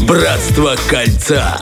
Братство кольца.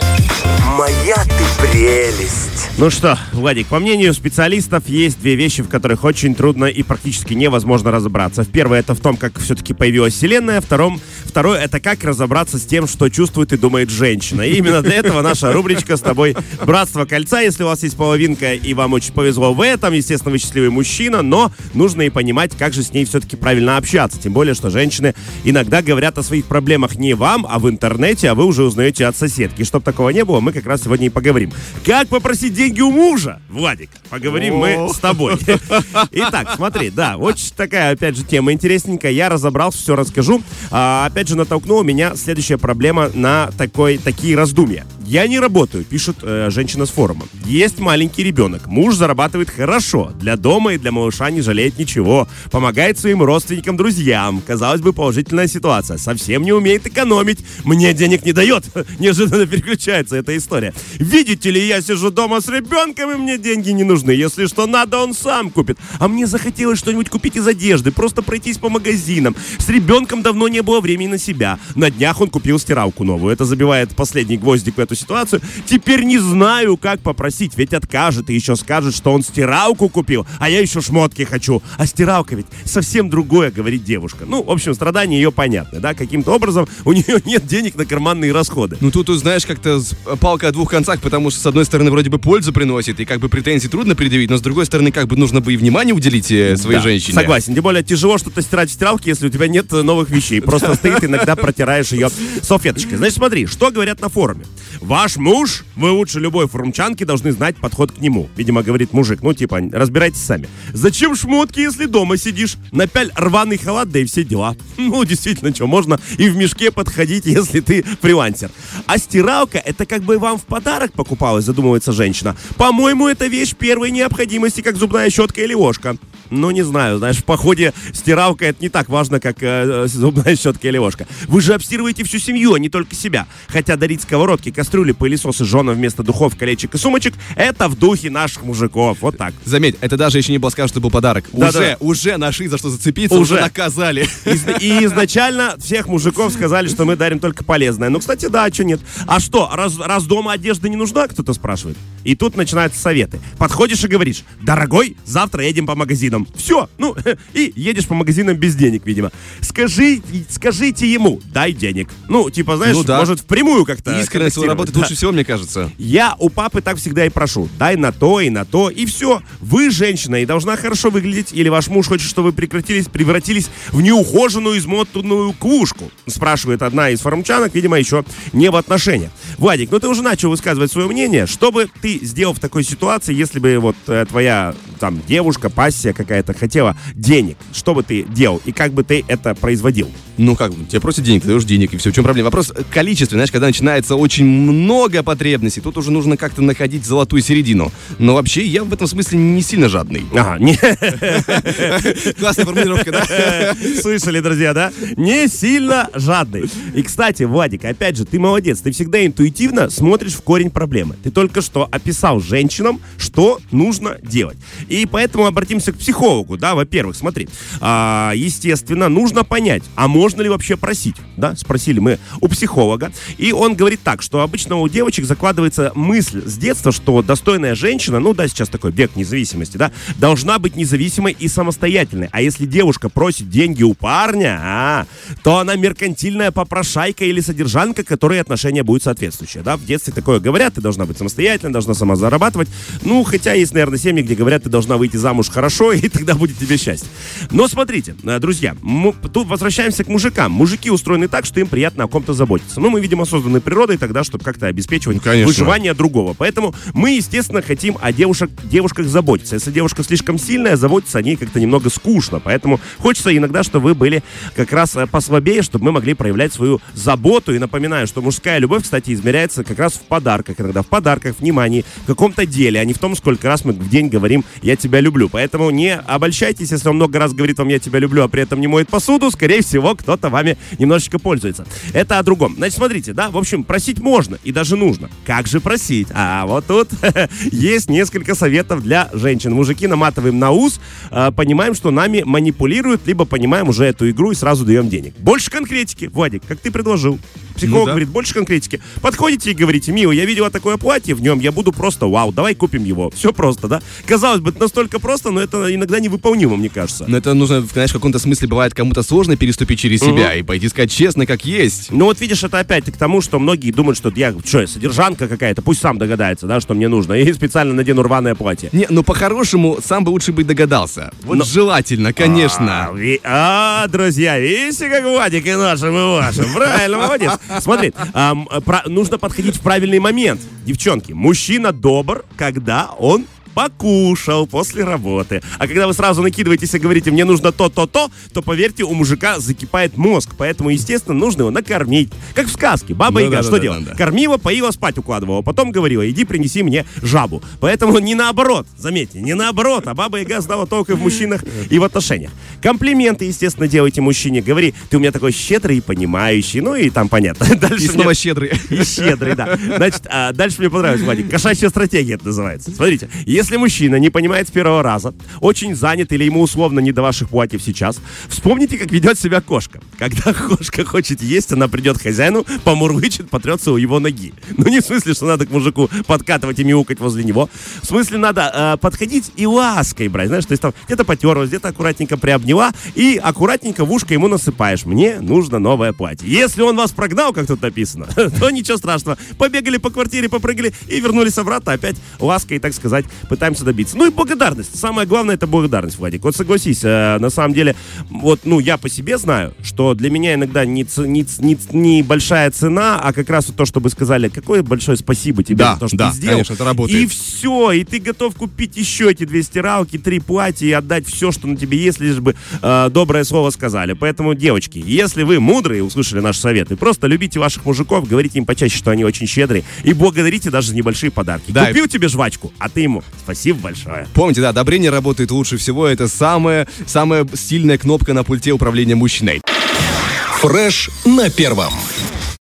Моя ты прелесть. Ну что, Владик, по мнению специалистов, есть две вещи, в которых очень трудно и практически невозможно разобраться. Первое — это в том, как все-таки появилась Вселенная. Второе — это как разобраться с тем, что чувствует и думает женщина. И именно для этого наша рубричка с тобой «Братство кольца». Если у вас есть половинка и вам очень повезло в этом, естественно, вы счастливый мужчина, но нужно и понимать, как же с ней все-таки правильно общаться. Тем более, что женщины иногда говорят о своих проблемах не вам, а в интернете, а вы уже узнаете от соседки. И чтобы такого не было, мы как раз сегодня и поговорим. Как попросить деньги у мужа? Владик, поговорим мы с тобой. Итак, смотри, да, очень такая, опять же, тема интересненькая. Я разобрался, все расскажу. Опять же, натолкнула меня следующая проблема на такие раздумья. Я не работаю, пишет женщина с форума. Есть маленький ребенок. Муж зарабатывает хорошо. Для дома и для малыша не жалеет ничего. Помогает своим родственникам, друзьям. Казалось бы, положительная ситуация. Совсем не умеет экономить. Мне денег не дает. Неожиданно переключается эта история. Видите ли, я сижу дома с ребенком, и мне деньги не нужны. Если что надо, он сам купит. А мне захотелось что-нибудь купить из одежды. Просто пройтись по магазинам. С ребенком давно не было времени на себя. На днях он купил стиралку новую. Это забивает последний гвоздик в эту ситуацию. Теперь не знаю, как попросить, ведь откажет и еще скажет, что он стиралку купил, а я еще шмотки хочу. А стиралка ведь совсем другое, говорит девушка. Ну, в общем, страдания ее понятны, да, каким-то образом у нее нет денег на карманные расходы. Ну, тут, знаешь, как-то палка о двух концах, потому что, с одной стороны, вроде бы пользу приносит, и как бы претензий трудно предъявить, но с другой стороны, как бы нужно бы и внимание уделить своей женщине. Согласен, тем более тяжело что-то стирать в стиралке, если у тебя нет новых вещей. Просто стоит, иногда протираешь ее салфеточкой. Значит, смотри, что говорят на форуме. Ваш муж, вы лучше любой форумчанки должны знать подход к нему. Видимо, говорит мужик, ну типа, разбирайтесь сами. Зачем шмотки, если дома сидишь? Напяль рваный халат, да и все дела. Ну, действительно, что, можно и в мешке подходить, если ты фрилансер. А стиралка, это как бы вам в подарок покупалась, задумывается женщина. По-моему, это вещь первой необходимости, как зубная щетка или ложка. Ну, не знаю, знаешь, в походе стиралка это не так важно, как зубная щетка или ложка. Вы же обстирываете всю семью, а не только себя. Хотя дарить сковородки, кастрюли, пылесосы женам вместо духов, колечек и сумочек — это в духе наших мужиков. Вот так. Заметь, это даже еще не было сказано, что был подарок. Уже нашли за что зацепиться, уже наказали. И изначально всех мужиков сказали, что мы дарим только полезное. Ну, кстати, да, а что нет? А что, раз дома одежда не нужна, кто-то спрашивает? И тут начинаются советы. Подходишь и говоришь: дорогой, завтра едем по магазинам. Все, ну, и едешь по магазинам без денег, видимо. Скажите ему: дай денег. Ну, типа, знаешь, может, впрямую как-то. Искренность работает лучше всего, мне кажется. Я у папы так всегда и прошу: дай на то, и все. Вы женщина и должна хорошо выглядеть, или ваш муж хочет, чтобы вы превратились в неухоженную, измотанную квушку? Спрашивает одна из форумчанок, видимо, еще не в отношениях. Владик, ну ты уже начал высказывать свое мнение. Что бы ты сделал в такой ситуации, если бы вот твоя там девушка, пассия какая-то хотела денег? Что бы ты делал и как бы ты это производил? Ну как бы, тебе просят денег, ты даешь денег, и все. В чем проблема? Вопрос количества, знаешь, когда начинается очень много потребностей, тут уже нужно как-то находить золотую середину. Но вообще я в этом смысле не сильно жадный. Ага, не... Классная формулировка, да? Слышали, друзья, да? Не сильно жадный. И, кстати, Владик, опять же, ты молодец, ты всегда интуитивно смотришь в корень проблемы. Ты только что описал женщинам, что нужно делать. И поэтому обратимся к психологу, да, во-первых, смотри. Естественно, нужно понять, а можно ли вообще просить, да? Спросили мы у психолога, и он говорит так, что обычно у девочек закладывается мысль с детства, что достойная женщина, ну да, сейчас такой век независимости, да, должна быть независимой и самостоятельной. А если девушка просит деньги у парня, то она меркантильная попрошайка или содержанка, которой отношения будут соответствующие, да? В детстве такое говорят: ты должна быть самостоятельной, должна сама зарабатывать. Ну, хотя есть, наверное, семьи, где говорят: ты должна выйти замуж хорошо, и тогда будет тебе счастье. Но смотрите, друзья, тут возвращаемся к мужикам. Мужики устроены так, что им приятно о ком-то заботиться. Ну, мы, видимо, созданы природой тогда, чтобы как-то обеспечивать выживание другого. Поэтому мы, естественно, хотим о девушках заботиться. Если девушка слишком сильная, заботиться о ней как-то немного скучно. Поэтому хочется иногда, чтобы вы были как раз послабее, чтобы мы могли проявлять свою заботу. И напоминаю, что мужская любовь, кстати, измеряется как раз в подарках. Иногда в подарках, внимании, в каком-то деле, а не в том, сколько раз мы в день говорим «я тебя люблю». Поэтому не обольщайтесь, если он много раз говорит вам «я тебя люблю», а при этом не моет посуду. Скорее всего, кто-то вами немножечко пользуется. Это о другом. Значит, смотрите, да, в общем, просить можно и даже нужно. Как же просить? А вот тут есть несколько советов для женщин. Мужики наматываем на ус, понимаем, что нами манипулируют, либо понимаем уже эту игру и сразу даем денег. Больше конкретики, Владик, как ты предложил. Психолог Ну да. говорит, больше конкретики. Подходите и говорите, милый, я видела такое платье, в нем я буду просто вау, давай купим его. Все просто, да? Казалось бы, это настолько просто, но это иногда невыполнимо, мне кажется. Но это нужно, знаешь, в каком-то смысле бывает кому-то сложно переступить через себя и пойти сказать честно, как есть. Ну вот видишь, это опять к тому, что многие думают, что я содержанка какая-то, пусть сам догадается, да, что мне нужно, и специально надену рваное платье. Не, ну по-хорошему, сам бы лучше бы догадался. Вот желательно, конечно. Друзья, видите, как Владик и нашим, и вашим. Правильно, молодец. Смотри, нужно подходить в правильный момент. Девчонки, мужчина добр, когда он покушал после работы. А когда вы сразу накидываетесь и говорите, мне нужно то, поверьте, у мужика закипает мозг. Поэтому, естественно, нужно его накормить. Как в сказке. Баба Яга что делала? Кормила, поила, спать укладывала. Потом говорила, иди принеси мне жабу. Поэтому не наоборот, заметьте, не наоборот. А Баба Яга знала толк и в мужчинах, и в отношениях. Комплименты, естественно, делайте мужчине. Говори, ты у меня такой щедрый и понимающий. Ну и там понятно. Дальше И снова щедрый. И щедрый, да. Значит, дальше мне понравилось, Владик. Кошачья стратегия это называется. Смотрите, если мужчина не понимает с первого раза, очень занят или ему условно не до ваших платьев сейчас, вспомните, как ведет себя кошка. Когда кошка хочет есть, она придет к хозяину, помурлычет, потрется у его ноги. Ну, не в смысле, что надо к мужику подкатывать и мяукать возле него. В смысле, надо подходить и лаской брать. Знаешь, то есть там где-то потерлась, где-то аккуратненько приобняла и аккуратненько в ушко ему насыпаешь. Мне нужно новое платье. Если он вас прогнал, как тут написано, то ничего страшного. Побегали по квартире, попрыгали и вернулись обратно. Опять лаской, так сказать, пытаемся добиться. Ну и благодарность. Самое главное — это благодарность, Владик. Вот согласись, на самом деле, вот, ну, я по себе знаю, что для меня иногда не большая цена, а как раз вот то, чтобы сказали, какое большое спасибо тебе за то, что ты сделал. Конечно, это работает. И все, и ты готов купить еще эти 2 стиралки, 3 платья и отдать все, что на тебе есть, лишь бы доброе слово сказали. Поэтому, девочки, если вы мудрые, услышали наш совет, и просто любите ваших мужиков, говорите им почаще, что они очень щедрые, и благодарите даже за небольшие подарки. Да, Купил тебе жвачку, а ты ему спасибо большое. Помните, да, одобрение работает лучше всего. Это самая сильная кнопка на пульте управления мужчиной. Фреш на первом.